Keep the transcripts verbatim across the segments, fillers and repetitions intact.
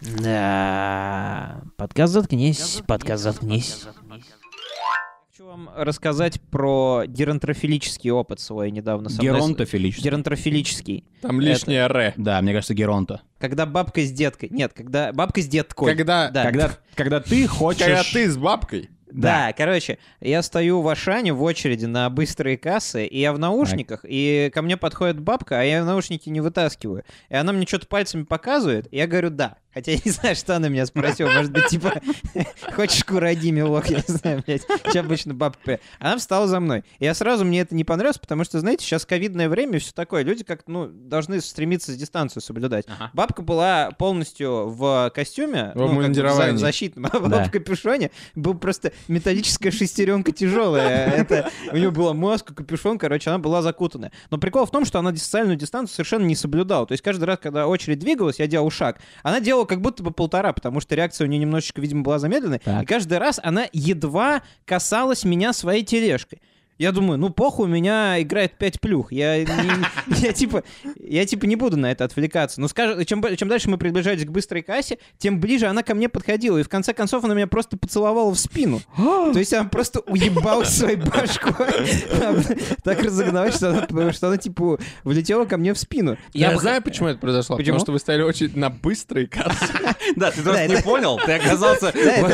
Да. Подкаст «Заткнись», подкаст «Заткнись». Хочу вам рассказать про геронтофилический опыт свой недавно. Геронтофилический. Геронтофилический. Там лишнее «ре». Да, мне кажется, геронто. Когда бабка с деткой... Нет, когда бабка с деткой. Когда, да. Когда, когда ты хочешь... когда ты с бабкой. Да. Да. короче, я стою в Ашане в очереди на быстрые кассы, и я в наушниках, и ко мне подходит бабка, а я наушники не вытаскиваю. И она мне что-то пальцами показывает, и я говорю «да». Хотя я не знаю, что она меня спросила. Может быть, типа, хочешь кураги, милок? Я не знаю, блядь. Что обычно бабка... Она встала за мной. И я сразу, мне это не понравилось, потому что, знаете, сейчас ковидное время и все такое. Люди как-то, ну, должны стремиться с дистанцию соблюдать. Ага. Бабка была полностью в костюме, В ну, как бы в обмундировании. за- защитном, а бабка в капюшоне был просто металлическая шестеренка тяжелая. Это, у нее была маска, капюшон, короче, она была закутанная. Но прикол в том, что она социальную дистанцию совершенно не соблюдала. То есть каждый раз, когда очередь двигалась, я делал шаг. Она делала как будто бы полтора, потому что реакция у нее немножечко, видимо, была замедленной. Так. И каждый раз она едва касалась меня своей тележкой. Я думаю, ну похуй, у меня играет пять плюх. Я, не, я, типа, я типа не буду на это отвлекаться. Но скажу, чем, чем дальше мы приближались к быстрой кассе, тем ближе она ко мне подходила. И в конце концов она меня просто поцеловала в спину. То есть она просто уебалась своей башкой. Так разогналась, что она, что она типа влетела ко мне в спину. Я, бы- знаю, почему это произошло. Почему? Потому что вы стояли очередь на быстрые кассы. Да, ты Да, просто не это- понял. Ты оказался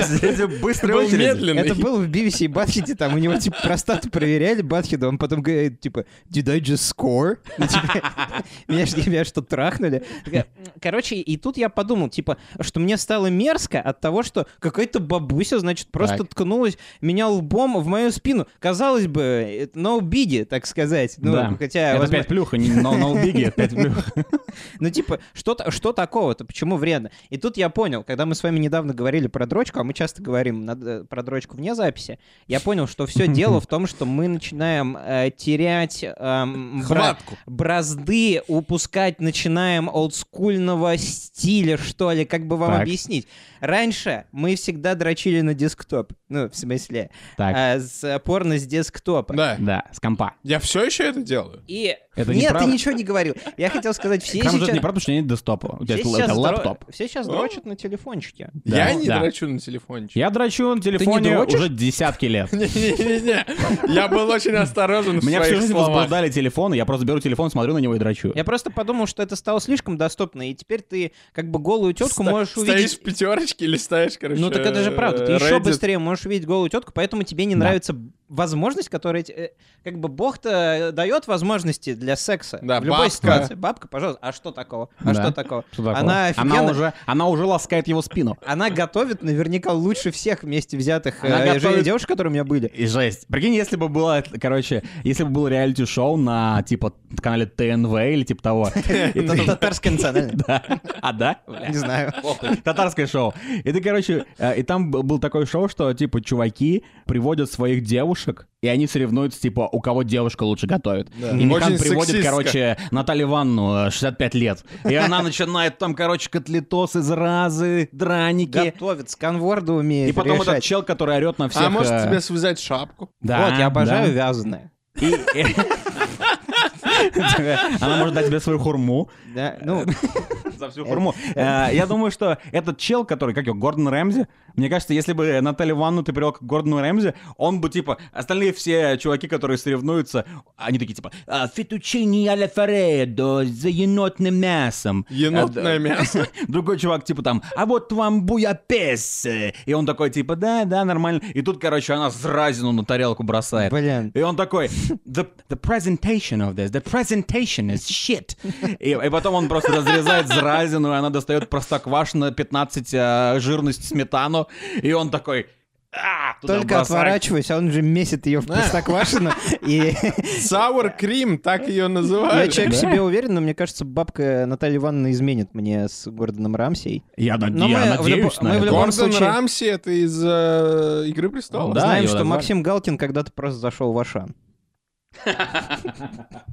в быстрой Был очереди. медленный. Это было в Бивисе и Батхеде, там у него типа простату проверяли Батхеда, он потом говорит, типа, did I just score? Ну, типа, меня, ж- меня что, трахнули? Такая, Короче, и тут я подумал, типа, что мне стало мерзко от того, что какая-то бабуся, значит, просто Так. ткнулась меня лбом в мою спину. Казалось бы, это no biggie, так сказать. Ну, Да. хотя, Это возможно- пять плюх, а не no, no biggie, это пять плюх. ну, типа, что, что такого-то? Почему вредно? И тут я понял, когда мы с вами недавно говорили про дрочку, а мы часто говорим над- э, про дрочку вне записи, я понял, что все дело в том, что мы начинаем э, терять эм, бра- Хватку. бразды, упускать начинаем олдскульного стиля, что ли, как бы вам Так. объяснить. Раньше мы всегда дрочили на десктоп, ну, в смысле, Так, э, с порно с десктопа. Да. да, с компа. Я все еще это делаю. И... Это Нет, неправда. ты ничего не говорил. Я хотел сказать, все Там же сейчас... это неправда, что нет десктопа. У тебя Все это сейчас, дро- лэптоп. все сейчас О. дрочат на телефончике. Да, Я не да. дрочу на телефончик. Я дрочу на телефоне дрочишь? уже десятки лет. Не-не-не. Я был очень осторожен в Меня всю своих жизнь словах. возбуждали телефоны, я просто беру телефон, смотрю на него и дрочу. Я просто подумал, что это стало слишком доступно, и теперь ты как бы голую тетку Ста- можешь Стоишь увидеть... в пятерочке, листаешь, короче, Ну так это же правда, ты еще Reddit. быстрее можешь увидеть голую тетку, поэтому тебе не Да. нравится возможность, которая... те- э, Как бы Бог-то дает возможности для секса. Да, в любой бабка. ситуации. Бабка, пожалуйста. А что такого? А Да. что такого? Что такого? Она офигенно... она, уже, она уже ласкает его спину. Она готовит наверняка лучше всех вместе взятых Она э, готовит- девушек, которые у меня были. И жесть. Прикинь, если бы было, короче, если бы было реалити-шоу на, типа, канале ТНВ или типа того. И Это ты- татарское национальное. Да. А, да? Не знаю. Татарское шоу. И ты, короче, э, и там б- был такое шоу, что, типа, чуваки приводят своих девушек, и они соревнуются, типа, у кого девушка лучше готовит. Да. И Михан Очень приводит, сексистско. короче, Наталью Ивановну, э, шестьдесят пять лет. И она начинает там, короче, котлетосы, зразы, драники. Готовит, сканворды умеет И потом этот решать. чел, который орет на всех... А может э, тебе связать шапку? да, Вот, я обожаю да. вязаное. И- Она может дать тебе свою хурму. Да, ну, За всю хурму. Э, Я думаю, что этот чел, который, как его, Гордон Рэмзи, мне кажется, если бы Наталью Ванну ты привел к Гордону Рэмзи, он бы, типа, остальные все чуваки, которые соревнуются, они такие, типа, «А, фетучини аля фредо, за енотным мясом». Енотное А, д- мясо. Другой чувак, типа, там, «А вот вам буяпес». И он такой, типа, «Да, да, нормально». И тут, короче, она зразину на тарелку бросает. блин. И он такой, the, the presentation of this, the presentation is shit. И, и потом он просто разрезает зразину, и она достает простоквашино пятнадцать а, жирность сметану, и он такой... «А!» туда Только бросает. отворачиваюсь, а он же месит ее в простоквашино. И Sour cream, так ее я называют. человек в Да. себе уверен, но мне кажется, бабка Наталья Ивановна изменит мне с Гордоном Рамсей. Я, над- Но я мы в надеюсь любо- на мы в это. любом Гордон случае- Рамси это из э, Игры престолов. Да, Знаем, его что назвали. Максим Галкин когда-то просто зашел в Ашан.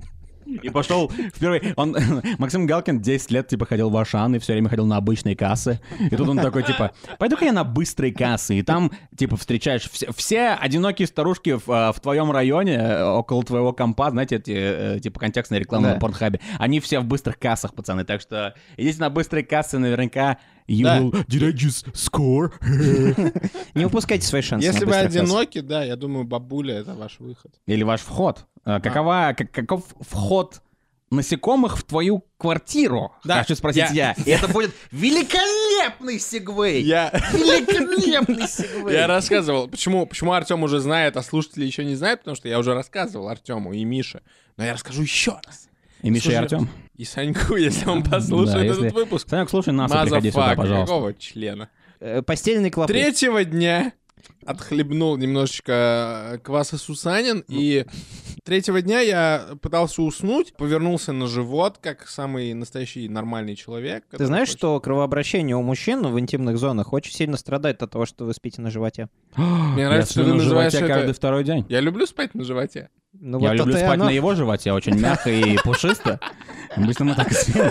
И пошел впервые. Он, Максим Галкин десять лет, типа, ходил в Ашан и все время ходил на обычные кассы. И тут он такой, типа, пойду-ка я на быстрые кассы. И там, типа, встречаешь все, все одинокие старушки в, в твоем районе, около твоего компа, знаете, эти, типа, контекстные рекламы да. на Порнхабе. Они все в быстрых кассах, пацаны. Так что идите на быстрые кассы, наверняка you Да. will... Did I just score? Не упускайте свои шансы. Если на вы быстрых кассах. одиноки, да, я думаю, бабуля — это ваш выход. Или ваш вход. А, Какова, как- каков вход насекомых в твою квартиру? Да. Хочу спросить я. Я- И это будет великолепный сегвей. Я... Великолепный сегвей. Я рассказывал, почему, почему Артем уже знает, а слушатели еще не знают, потому что я уже рассказывал Артему и Мише. Но я расскажу еще раз. И Миша, и Слушай, Артем. И Саньку, если он послушает Да, если- этот выпуск. Санек, слушай нас и приходи сюда, Мазафак, пожалуйста. какого члена? Э, Постельный клопы. Третьего дня отхлебнул немножечко кваса Сусанин, и третьего дня я пытался уснуть, повернулся на живот, как самый настоящий нормальный человек. Ты который знаешь, хочет- что кровообращение у мужчин в интимных зонах очень сильно страдает от того, что вы спите на животе? Мне Я нравится, что сплю ты на называешь животе это... каждый второй день. Я люблю спать на животе. Ну, Я вот люблю то-то и спать оно. на его животе, очень мягко и пушисто. Обычно мы так и спим.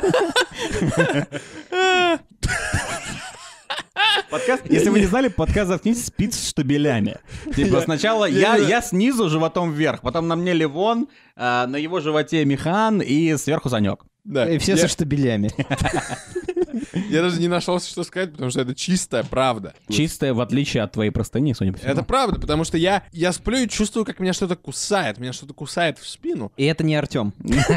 Подкаст, если вы не знали, подкаст «Заткнитесь» спит с штабелями. Типа сначала я, я снизу животом вверх, потом на мне Левон, а, на его животе Михан и сверху Санек. Да. И все я, со штабелями. я даже не нашелся, что сказать, потому что это чистая правда. Чистая, в отличие от твоей простыни, судя по всему. Это правда, потому что я, я сплю и чувствую, как меня что-то кусает. Меня что-то кусает в спину. И это не Артем.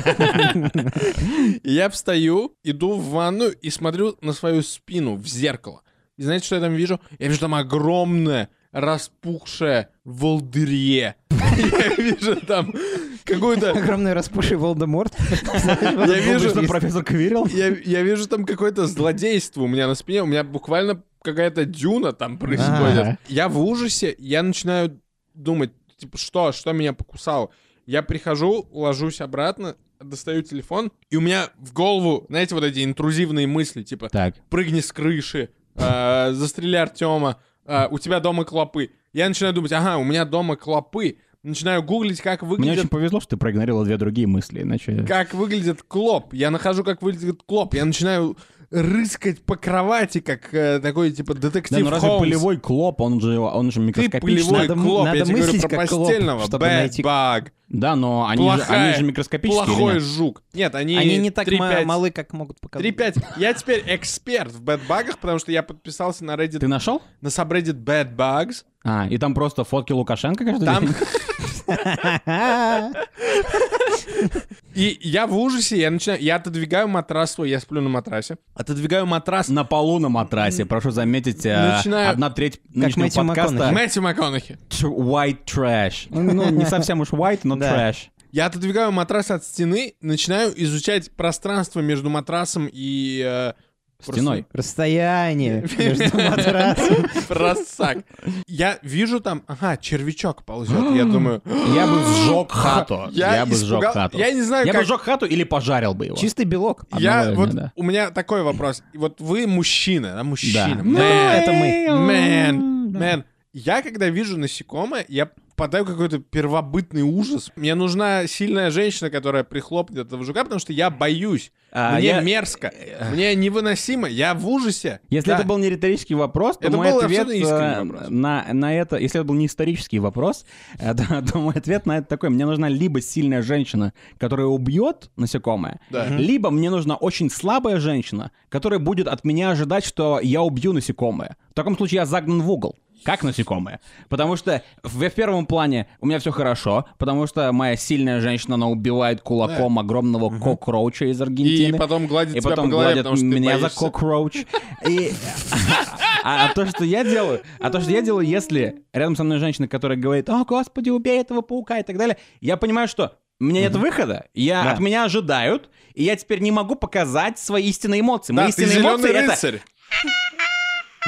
И я встаю, иду в ванную и смотрю на свою спину в зеркало. И знаете, что я там вижу? Я вижу там огромное, распухшее волдырье. Я вижу там какую-то... Огромный распуший Волдеморт. Я вижу... что профессор Квирл? Я, я вижу там какое-то злодейство у меня на спине. У меня буквально какая-то дюна там происходит. Ага. Я в ужасе, я начинаю думать, типа, что, что меня покусало? Я прихожу, ложусь обратно, достаю телефон, и у меня в голову, знаете, вот эти интрузивные мысли, типа, Так. прыгни с крыши, э, застрели Артема, э, у тебя дома клопы. Я начинаю думать, ага, у меня дома клопы. Начинаю гуглить, как Мне выглядит, очень повезло, что ты проигнорировал две другие мысли, иначе... как выглядит клоп. Я нахожу, как выглядит клоп. Я начинаю рыскать по кровати, как э, такой, типа, детектив Да, ну разве Холмс. полевой клоп, он же, он же Ты микроскопичный. полевой Надо м- клоп, надо я тебе говорю мыслить про как клоп, постельного. чтобы Bad найти- bug. Да, но они же, Плохая- они же микроскопические. или Плохой нет? жук. Нет, они Они не так три ма- пять малы, как могут показать. три пять Я теперь эксперт в бэдбагах, потому что я подписался на Reddit, Ты нашел? на subreddit Bad Bugs. А, и там просто фотки Лукашенко каждый Там... день? И я в ужасе, я начинаю... Я отодвигаю матрас свой, я сплю на матрасе. Отодвигаю матрас. На полу на матрасе, прошу заметить, э, Начинаю- одна треть нынешнего Мэтью подкаста МакКонахи. Мэтью МакКонахи. tr- white trash. Ну, не совсем уж white, но Да. trash. Я отодвигаю матрас от стены, начинаю изучать пространство между матрасом и... э, Стеной. Расстояние между матрасом. Просак. Я вижу там, ага, червячок ползет. Я думаю, Я бы сжег хату. Я Я бы сжег испугал- хату. я не знаю, Я бы как- сжег хату или пожарил бы его. Чистый белок. я Одно вот время, да. у меня такой вопрос. Вот вы мужчина, да, мужчина. Да. Man, это мы. Man, man. Я когда вижу насекомое, я впадаю в какой-то первобытный ужас. Мне нужна сильная женщина, которая прихлопнет этого жука, потому что я боюсь. А, Мне я- мерзко. Мне невыносимо. Я в ужасе. Если Да. это был не риторический вопрос, то Это мой был ответ абсолютно искренний э, вопрос. на, на это, если это был не исторический вопрос, э, то, то мой ответ на это такой: мне нужна либо сильная женщина, которая убьет насекомое, Да. либо мне нужна очень слабая женщина, которая будет от меня ожидать, что я убью насекомое. В таком случае я загнан в угол. Как насекомое. Потому что в, в первом плане у меня все хорошо, потому что моя сильная женщина, она убивает кулаком огромного кокроуча из Аргентины. И потом гладит И тебя потом по голове, гладят потому что ты меня за боишься. кокроуч. И... А, а то, что я делаю, а то, что я делаю, если рядом со мной женщина, которая говорит: «О, господи, убей этого паука» и так далее, я понимаю, что у меня нет выхода, я, Да. от меня ожидают, и я теперь не могу показать свои истинные эмоции. Мои Да, ты истинные зеленый эмоции — это... рыцарь. Да.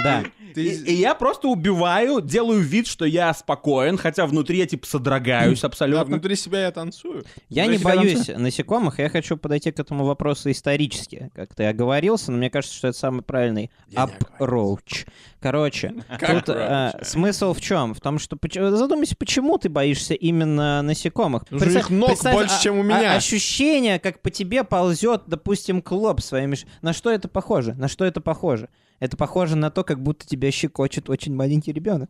Ты... И, и я просто убиваю, делаю вид, что я спокоен, хотя внутри я типа содрогаюсь Да, абсолютно. внутри себя я танцую. Я Ну, не если боюсь насекомых, я хочу подойти к этому вопросу исторически. Как ты оговорился, но мне кажется, что это самый правильный Я не approach. Короче, Как тут а, approach? смысл в чем? В том, что поч- задумайся, почему ты боишься именно насекомых. Потому что их ног больше, а- чем у а- меня. ощущение, как по тебе ползет, допустим, клоп своими... ш- На что это похоже? На что это похоже? Это похоже на то, как будто тебя щекочет очень маленький ребенок.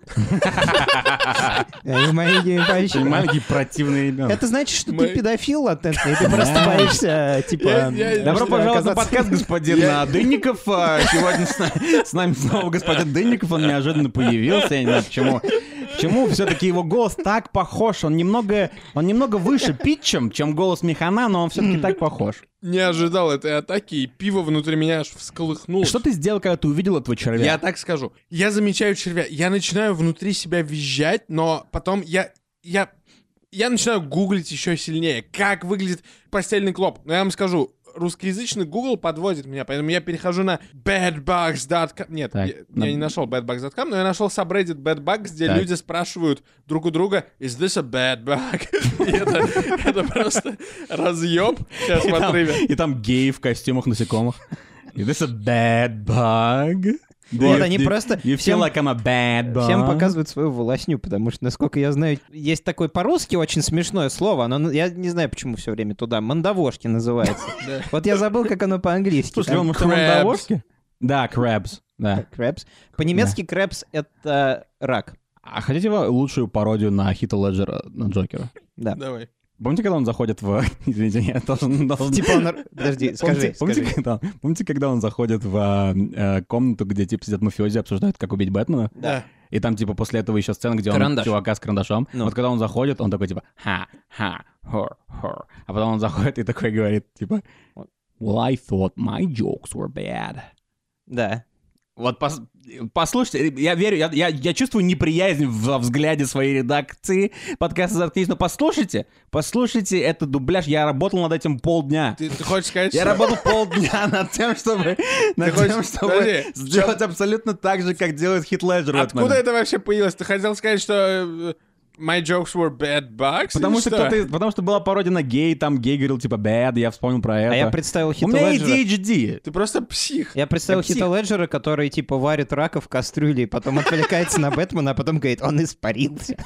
Они маленькие пальчики. Очень маленький противный ребенок. Это значит, что Мы- ты педофил латентный, и ты просто боишься, типа... Я- я- Добро что, пожаловать на оказаться- подкаст, господин Я- а, Дынников. А, Сегодня с на- с нами снова господин Дынников. Он неожиданно появился. Я не знаю, почему. Почему все-таки его голос так похож? Он немного, он немного выше питчем, чем голос Механа, но он все-таки так похож. Не ожидал этой атаки, и пиво внутри меня аж всколыхнулось. Что ты сделал, когда ты увидел этого червя? Я так скажу. Я замечаю червя. Я начинаю внутри себя визжать, но потом я... Я... Я начинаю гуглить еще сильнее, как выглядит постельный клоп. Но я вам скажу, русскоязычный Google подводит меня, поэтому я перехожу на bedbugs точка ком. Нет, Так, я, на- я не нашел bedbugs точка ком, но я нашел subreddit bedbugs, где Так. люди спрашивают друг у друга, is this a bad bug? И это, это просто разъеб. Сейчас И там, смотри. и там геи в костюмах насекомых. Is this a bad bug? Вот You- они you- просто You feel всем- like I'm a bad bug? Всем показывают свою волосню, потому что, насколько я знаю, есть такое по-русски очень смешное слово, оно, я не знаю, почему все время туда, мандавошки называется. Да. Вот я забыл, как оно по-английски. Слушай, Там он может, он crabs. мандавошки? Да, crabs. Да. crabs. По-немецки crabs — это рак. А хотите вы лучшую пародию на Хита Леджера, на Джокера? Да. Давай. Помните, когда он заходит в... Извините, я должен... должен- Типа он... Подожди, скажи, Помните, помните, скажи. когда, помните, когда он заходит в а, э, комнату, где типа сидят мафиози, обсуждают, как убить Бэтмена? Да. И там типа после этого еще сцена, где Карандаш. он чувака с карандашом. Ну. Вот когда он заходит, он такой типа ха, ха, хор, хор. А потом он заходит и такой говорит типа well, I thought my jokes were bad. Да. Вот пос- послушайте, я верю, я, я, я чувствую неприязнь во взгляде своей редакции подкаста «Заткнись», но послушайте, послушайте этот дубляж, я работал над этим полдня. Ты, ты хочешь сказать, Я что... работал полдня над тем, чтобы, над хочешь- тем, чтобы подожди, сделать абсолютно так же, как делает Хит Леджер в этот Откуда момент. это вообще появилось? Ты хотел сказать, что э, my jokes were bad bugs? Потому или что, кто-то, потому что была пародия на гей, там гей говорил типа bad, я вспомнил про это. А я представил У Хита меня Леджера. эй ди эйч ди. Ты просто псих. Я представил Я псих. Хита Леджера, который типа варит рака в кастрюле, и потом отвлекается на Бэтмена, а потом говорит, он испарился.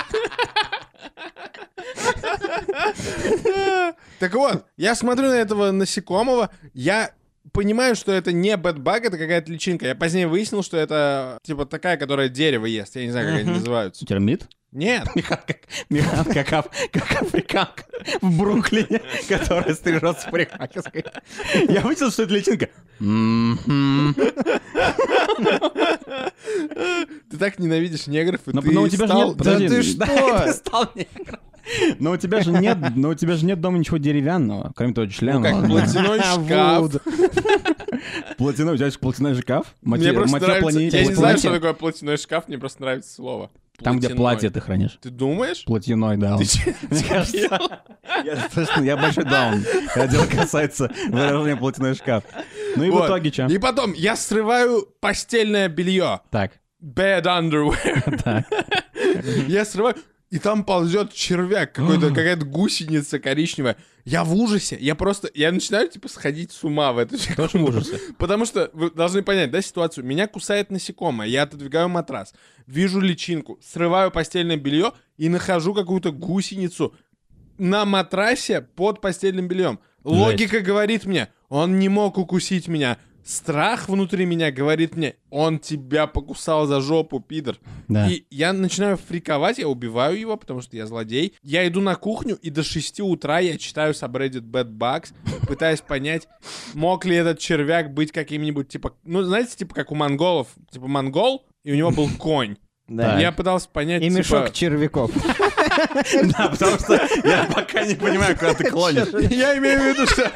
Так вот, я смотрю на этого насекомого, я понимаю, что это не бэтбаг, это какая-то личинка. Я позднее выяснил, что это типа такая, которая дерево ест. Я не знаю, как они называются. Термит? Нет. Михан как, Михан как, аф- как африканка в Бруклине, которая стрижется в парикмахерской. Я вычислил, что это личинка. Мгм. Ты так ненавидишь негров, и Но, ты но у тебя же стал... нет... подожди, ты что? да, ты стал негром. Но у тебя же нет, но у тебя же нет дома ничего деревянного, кроме твоего члена. Ну, как ладно. платяной шкаф. Вуд. Платяной, у тебя есть платяной шкаф? Мне Мате- просто мате нравится... плани- Я не знаю, что платье. такое платяной шкаф, мне просто нравится слово. Там, где Платяной. платье ты хранишь. Ты думаешь? Платяной, да. он. Ты че- Мне кажется, я, слышно, я большой даун, когда дело касается выражения платяной шкаф. Ну и в Вот. итоге что? И потом я срываю постельное белье. Так, Bed underwear. так. Я срываю, и там ползет червяк, какой-то, какая-то гусеница коричневая. Я в ужасе. Я просто... Я начинаю, типа, сходить с ума в эту Тоже в ужасе. Потому что вы должны понять, да, ситуацию. Меня кусает насекомое, я отодвигаю матрас, вижу личинку, срываю постельное белье и нахожу какую-то гусеницу на матрасе под постельным бельем. Логика говорит мне, он не мог укусить меня. Страх внутри меня говорит мне, он тебя покусал за жопу, пидор. Да. И я начинаю фриковать, я убиваю его, потому что я злодей. Я иду на кухню, и до шести утра я читаю subreddit bedbugs, пытаясь понять, мог ли этот червяк быть каким-нибудь, типа, ну, знаете, типа, как у монголов, типа, монгол, и у него был конь. Да. Я пытался понять, И типа... мешок червяков. Да, потому что я пока не понимаю, куда ты клонишь. Я имею в виду, что...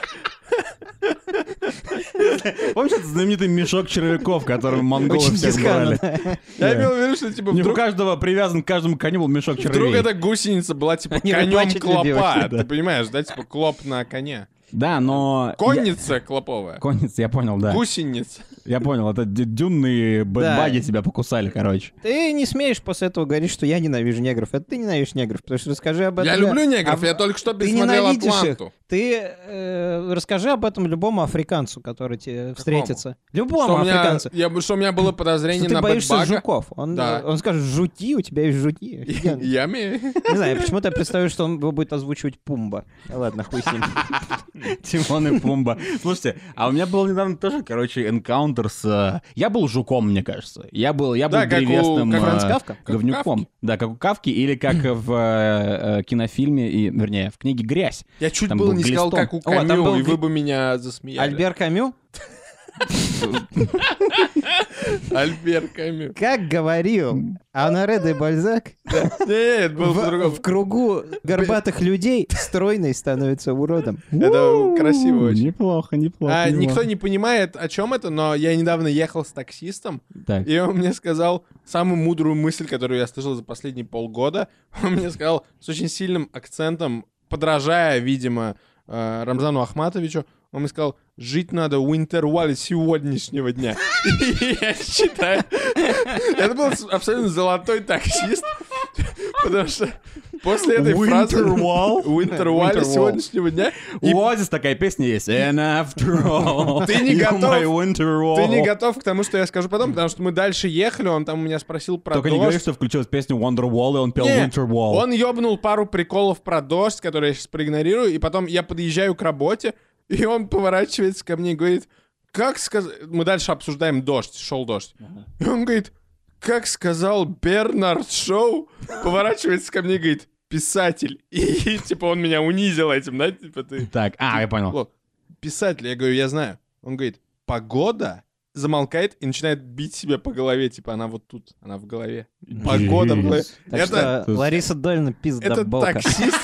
Помнишь этот знаменитый мешок червяков, которым монголы Очень всех дисканно. брали? Я имел в виду, что, типа, У них у вдруг... каждого привязан к каждому коню был мешок Вдруг червей. эта гусеница была, типа, Они конем рыбачить клопа. любили, Ты понимаешь, да? Типа, клоп на коне. Да, но... Конница клоповая. Конница, я понял, да. Гусеница. Я понял, это д- дюнные бэтбаги тебя покусали, короче. Ты не смеешь после этого говорить, что я ненавижу негров. Это ты ненавидишь негров, потому что расскажи об этом. Я люблю негров, а- я только что Ты пересмотрел ненавидишь их. Атланту. Ты э, расскажи об этом любому африканцу, который тебе встретится. Любому Что у, меня, африканцу. я, что у меня было подозрение Что ты на боишься бэтбага. жуков. Он, Да. он скажет, жути, у тебя есть жути. Офигенно. Я умею. Не знаю, почему-то я представляю, что он его будет озвучивать Пумба. Ладно, хуй с ним. Тимон и Пумба. Слушайте, а у меня был недавно тоже, короче, энкаунтер с... э, Я был жуком, мне кажется. Я был, я был Да, как у- древесным как э, Франц Кафка? Как у говнюком. Кафки. Да, как у Кавки, или как в э, э, кинофильме, и, вернее, в книге «Грязь». Я чуть Там было был не сказал, глистом. как у О, там Камю, был и вы гли- бы меня засмеяли. Альбер Камю, Альбер Камю. как говорил Анаре де Бальзак, Нет, был в, по-другому. в кругу горбатых людей стройный становится уродом. Это красиво очень. Неплохо, неплохо. А, неплохо. никто не понимает, о чем это, но я недавно ехал с таксистом, Так. и он мне сказал самую мудрую мысль, которую я слышал за последние полгода. Он мне сказал с очень сильным акцентом, подражая, видимо, э, Рамзану Ахматовичу, он мне сказал, жить надо в интервале сегодняшнего дня. И я считаю, это был абсолютно золотой таксист, потому что после этой фразы... Winterwall? В интервале Winterwall. сегодняшнего дня... и У Оазис такая песня есть. And after all, Ты не you're готов. my Winterwall. Ты не готов к тому, что я скажу потом, потому что мы дальше ехали, он там у меня спросил про Только не дождь. говори, что включилась песня Wonderwall, и он пел Не, Winterwall. Он ёбнул пару приколов про дождь, которые я сейчас проигнорирую, и потом я подъезжаю к работе, и он поворачивается ко мне и говорит, как сказать... Мы дальше обсуждаем дождь, шел дождь. И он говорит, как сказал Бернард Шоу, поворачивается ко мне и говорит, писатель. И, типа он меня унизил этим, да? Типа ты... Так, а, я понял. О, писатель, я говорю, я знаю. Он говорит, погода, замолкает и начинает бить себя по голове, типа она вот тут, она в голове. Погода в голове. Так Это, что Лариса Дольна это пиздоболка. таксист.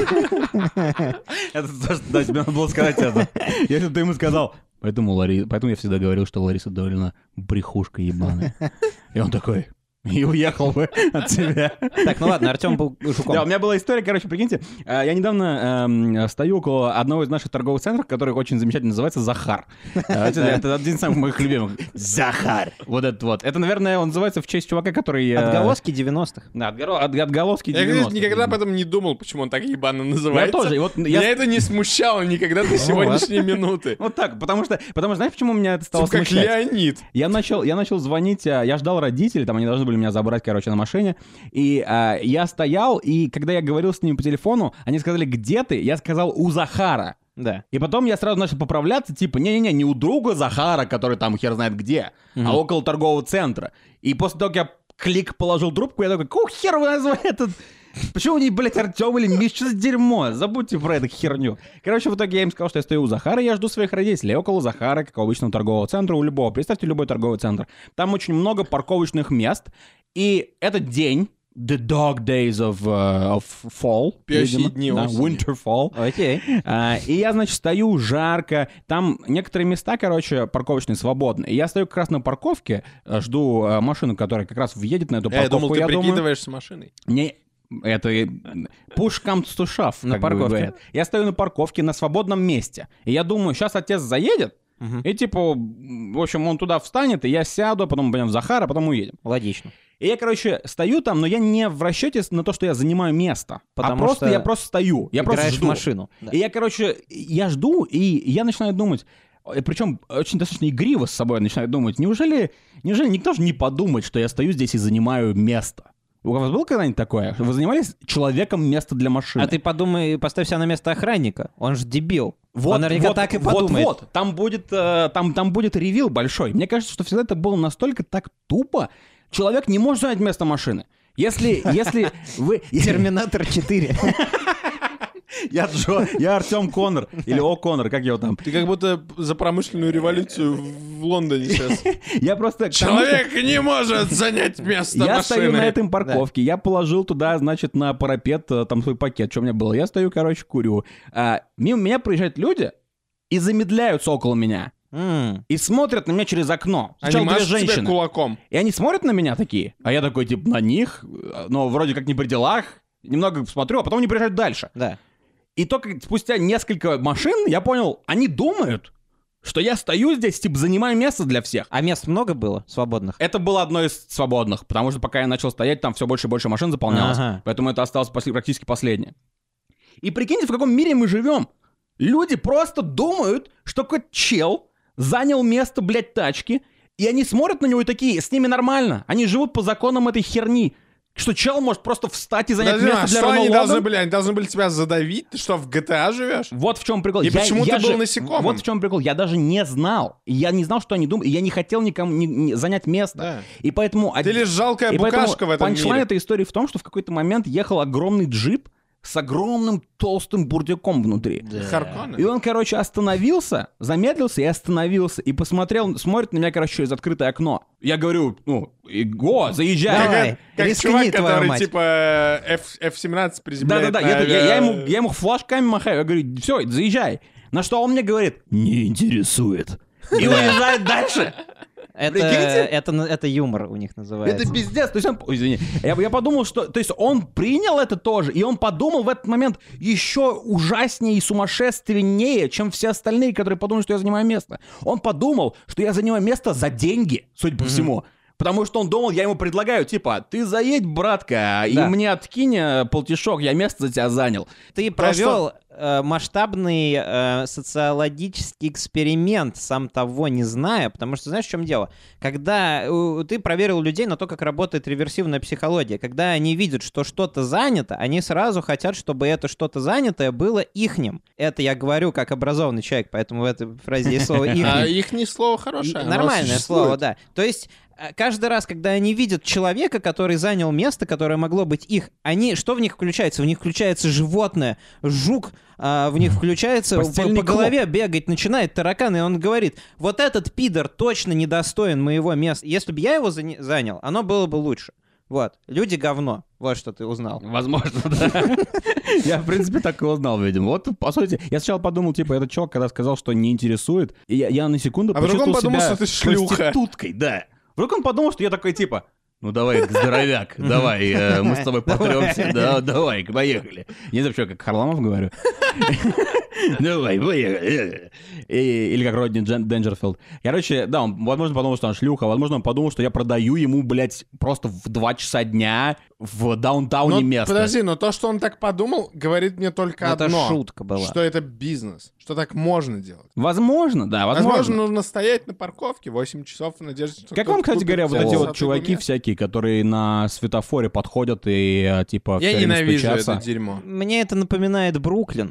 Это то, что да, тебе надо было сказать это. Если бы ты ему сказал, поэтому, Лари... поэтому я всегда говорил, что Лариса Долина брехушка ебаная. И он такой, и уехал бы от тебя. Так, ну ладно, Артем был жуком. Да, у меня была история, короче, прикиньте, э, я недавно эм, стою около одного из наших торговых центров, который очень замечательно называется «Захар». Э, Это это один из самых моих любимых. Захар. Вот этот вот. Это, наверное, он называется в честь чувака, который... э, Отголоски девяностых. Да, отгоро- от- отголоски Я, кстати, девяностых. никогда об этом не думал, почему он так ебано Я называется. тоже. И вот Меня я... это не смущало никогда до сегодняшней минуты. Вот так, потому что, потому что, знаешь, почему меня это стало Типа как смущать? Леонид. Я начал, я начал звонить, а, я ждал родителей, там они должны были меня забрать, короче, на машине, и а, я стоял, и когда я говорил с ними по телефону, они сказали, где ты? Я сказал, у Захара. Да. И потом я сразу начал поправляться, типа, не-не-не, не у друга Захара, который там хер знает где, а около торгового центра. И после того, как я клик положил трубку, я такой, какого хера вы назвали этот... Почему не, блядь, Артем или Миш? Что за дерьмо? Забудьте про эту херню. Короче, в итоге я им сказал, что я стою у Захара, и я жду своих родителей. Около Захара, как у обычного торгового центра, у любого. Представьте любой торговый центр. Там очень много парковочных мест. И этот день, the dog days of, uh, of fall. Пёсьи видимо, дни да, осени. winter fall. Окей. А, и я, значит, стою, жарко. Там некоторые места, короче, парковочные свободны. И я стою как раз на парковке, э, жду э, машину, которая как раз въедет на эту Я парковку. думал, ты думаю, прикидываешься машиной. не, это э, push comes to shove, На как бы парковке. говорят. Я стою на парковке на свободном месте. И я думаю, сейчас отец заедет, и типа, в общем, он туда встанет, и я сяду, а потом пойдем в Захар, а потом уедем. Логично. И я, короче, стою там, но я не в расчете на то, что я занимаю место. Потому а просто что я просто стою. Я просто Играешь жду. в машину. Да. И я, короче, я жду, и я начинаю думать, причем очень достаточно игриво с собой начинаю думать, неужели, неужели никто же не подумает, что я стою здесь и занимаю место? У вас было когда-нибудь такое? Вы занимались человеком место для машины? А ты подумай, поставь себя на место охранника. Он же дебил. Вот, Он наверняка вот, так и вот, подумает. Вот, там будет, э, там, там будет ревил большой. Мне кажется, что всегда это было настолько так тупо. Человек не может занять место машины. Если, если вы... Терминатор четыре. Я Джо, я Артем Коннор, или О Коннор, как его там. Ты как будто за промышленную революцию в Лондоне сейчас. Я просто... к тому, что Человек не может занять место Я стою на машины. этой парковке, я положил туда, значит, на парапет э, там свой пакет, что у меня было. Я стою, короче, курю. А, мимо меня проезжают люди и замедляются около меня. М. И смотрят на меня через окно. Они Сначала две машут тебе женщины. кулаком. И они смотрят на меня такие, а я такой, типа, на них, но вроде как не при делах. Немного смотрю, а потом они приезжают дальше. Да. И только спустя несколько машин я понял, они думают, что я стою здесь, типа, занимаю место для всех. А мест много было свободных? Это было одно из свободных, потому что пока я начал стоять, там все больше и больше машин заполнялось. Ага. Поэтому это осталось после, практически последнее. И прикиньте, в каком мире мы живем. Люди просто думают, что какой-то чел занял место, блядь, тачки, и они смотрят на него и такие, с ними нормально. Они живут по законам этой херни. Что чел может просто встать и занять Подожди, место а для что они Рона должны Логан? были? Они должны были тебя задавить? Ты что, в джи ти эй живешь? Вот в чем прикол. И Я- почему я ты был же- насекомым? Вот в чем прикол. Я даже не знал. Я не знал, что они думают. И я не хотел никому не- не занять место. Да. И поэтому... Ты лишь жалкая и поэтому букашка в этом панчлайн мире. этой истории в том, что в какой-то момент ехал огромный джип с огромным толстым бурдюком внутри. Харконнен. И он, короче, остановился, замедлился и остановился, и посмотрел, смотрит на меня, короче, через открытое окно. Я говорю, ну, Иго, заезжай. Давай. Как, как рискни, чувак, твою который мать. типа F- эф семнадцать приземляет Да-да-да, на я, я- я авиа- ему, я ему флажками махаю, я говорю, все, заезжай. На что он мне говорит, не интересует. И уезжает дальше. Это, Прикиньте? это, это юмор у них называется. Это пиздец. То есть он... Ой, извини. Я, я подумал, что... То есть он принял это тоже, и он подумал в этот момент еще ужаснее и сумасшественнее, чем все остальные, которые подумали, что я занимаю место. Он подумал, что я занимаю место за деньги, судя по всему. Потому что он думал, я ему предлагаю, типа, ты заедь, братка, и Да. мне откинь э, полтишок, я место за тебя занял. Ты Просто- провел э, масштабный э, социологический эксперимент, сам того не зная, потому что знаешь, в чем дело? Когда э, ты проверил людей на то, как работает реверсивная психология, когда они видят, что что-то занято, они сразу хотят, чтобы это что-то занятое было ихним. Это я говорю как образованный человек, поэтому в этой фразе есть слово А «ихним». их не слово хорошее. оно Нормальное существует. слово, да. То есть э, каждый раз, когда они видят человека, который занял место, которое могло быть их, они, что в них включается? В них включается животное, жук, а, в них включается, по, Постельный по голове бегать начинает таракан, и он говорит, вот этот пидор точно недостоин моего места. Если бы я его зане- занял, оно было бы лучше. Вот. Люди говно. Вот что ты узнал. Возможно, да. Я, в принципе, так и узнал, видимо. Вот, по сути, я сначала подумал, типа, этот чувак, когда сказал, что не интересует, и я, я на секунду А вдруг он почувствовал подумал, себя что ты шлюха. проституткой, да. Вдруг он подумал, что я такой, типа, ну давай, здоровяк, давай, э, мы с тобой потремся, да, давай, поехали. Не знаю, что, как Харламов говорю. Давай, поехали. И- Или как Родни Джен- Денджерфилд. Короче, да, он, возможно, подумал, что он шлюха, возможно, он подумал, что я продаю ему, блядь, просто в два часа дня в даунтауне Ну, место. подожди, но то, что он так подумал, говорит мне только Это одно. шутка была. Что это бизнес. Что так можно делать. Возможно, да, возможно. Возможно, нужно стоять на парковке восемь часов в надежде, что Как кто-то вам, кстати купит говоря, вот за эти вот двадцать чуваки рублей? всякие, которые на светофоре подходят и, э, типа, Я всё время ненавижу стучатся? это дерьмо. Мне это напоминает Бруклин.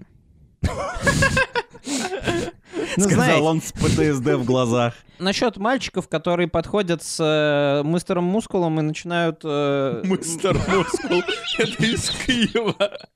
Ну, знаете, Сказал он с пэ тэ эс дэ в глазах. насчет мальчиков, которые подходят с э, мистером Мускулом и начинают... э, Мистер Мускул. Это из Киева.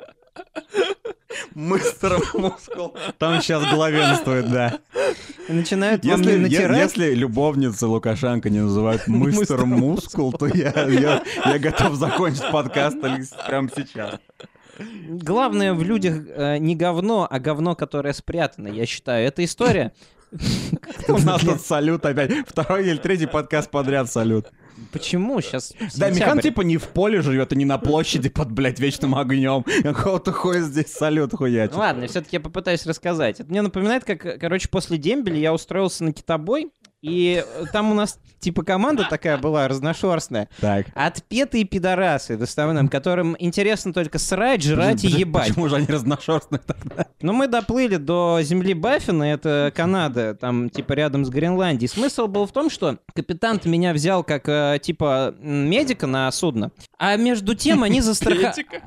Мистер Мускул. Там сейчас главенствует, да. и начинают вам Если, е- натирать. если любовницы Лукашенко не называют мистер Мускул, то я, я, я готов закончить подкаст прямо сейчас. Главное в людях э, не говно, а говно, которое спрятано, я считаю. Эта история... У нас тут салют опять. Второй или третий подкаст подряд салют. Почему сейчас? Да, Михан типа не в поле живет, и не на площади под, блядь, вечным огнем. Какого-то хуя здесь салют хуячит. Ладно, все-таки я попытаюсь рассказать. Это мне напоминает, как, короче, после дембеля я устроился на китобой, и там у нас типа команда такая была разношерстная. Так. Отпетые пидорасы, в основном, которым интересно только срать, жрать и Почему- ебать. Почему же они разношерстные тогда? Но мы доплыли до земли Баффина, это Канада, там типа рядом с Гренландией. Смысл был в том, что капитан меня взял как э, типа м, медика на судно, а между тем они застраховали... Петика.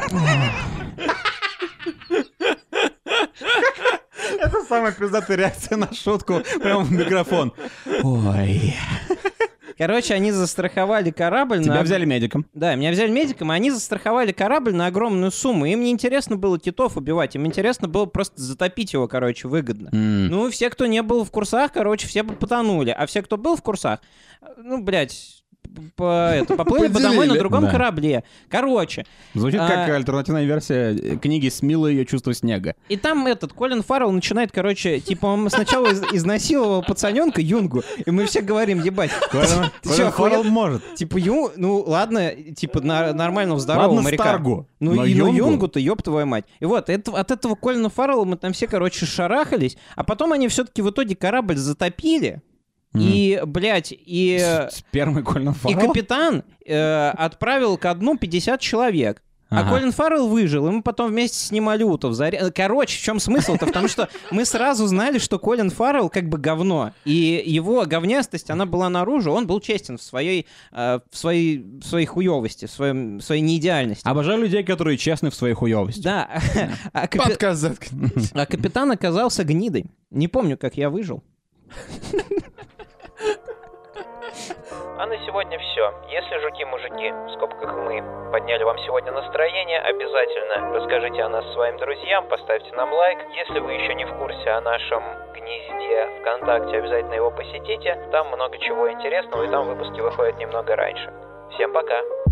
Это самая пиздатая реакция на шутку. Прямо в микрофон. Ой. Короче, они застраховали корабль Тебя на... взяли медиком. Да, меня взяли медиком, и они застраховали корабль на огромную сумму. Им не интересно было китов убивать, им интересно было просто затопить его, короче, выгодно. М. Ну, все, кто не был в курсах, короче, все бы потонули. А все, кто был в курсах, ну, блядь, по, это, поплыли бы домой на другом Да. корабле. Короче. Звучит как А- альтернативная версия книги «Смила ее чувство снега». И там этот Колин Фаррелл начинает, короче, типа он сначала из- изнасиловал пацаненка Юнгу, и мы все говорим, ебать, Колин ты чё, Колин охуел? Фаррелл может. Типа, Ю, ну ладно, типа на, нормального здорового Ладно, моряка. Старгу, Ну но и ну, Юнгу? Юнгу-то, ёб твою мать. И вот это, от этого Колина Фаррелла мы там все, короче, шарахались, а потом они все-таки в итоге корабль затопили, и, блядь, и, С- Спермой Колина и Фаррелла? капитан э, отправил ко дну пятьдесят человек. А Ага. Колин Фаррелл выжил, и мы потом вместе с ним Алютов заря... Короче, в чем смысл-то? В том, что мы сразу знали, что Колин Фаррелл как бы говно. И его говнястость, она была наружу, он был честен в своей, э, в своей, в своей хуёвости, в, своем, в своей неидеальности. Обожаю людей, которые честны в своей хуёвости. Да, а, капи- Подкаст заткнись. а капитан оказался гнидой. Не помню, как я выжил. А на сегодня все. Если жуки-мужики, в скобках мы, подняли вам сегодня настроение, обязательно расскажите о нас своим друзьям, поставьте нам лайк. Если вы еще не в курсе о нашем гнезде ВКонтакте, обязательно его посетите. Там много чего интересного, и там выпуски выходят немного раньше. Всем пока!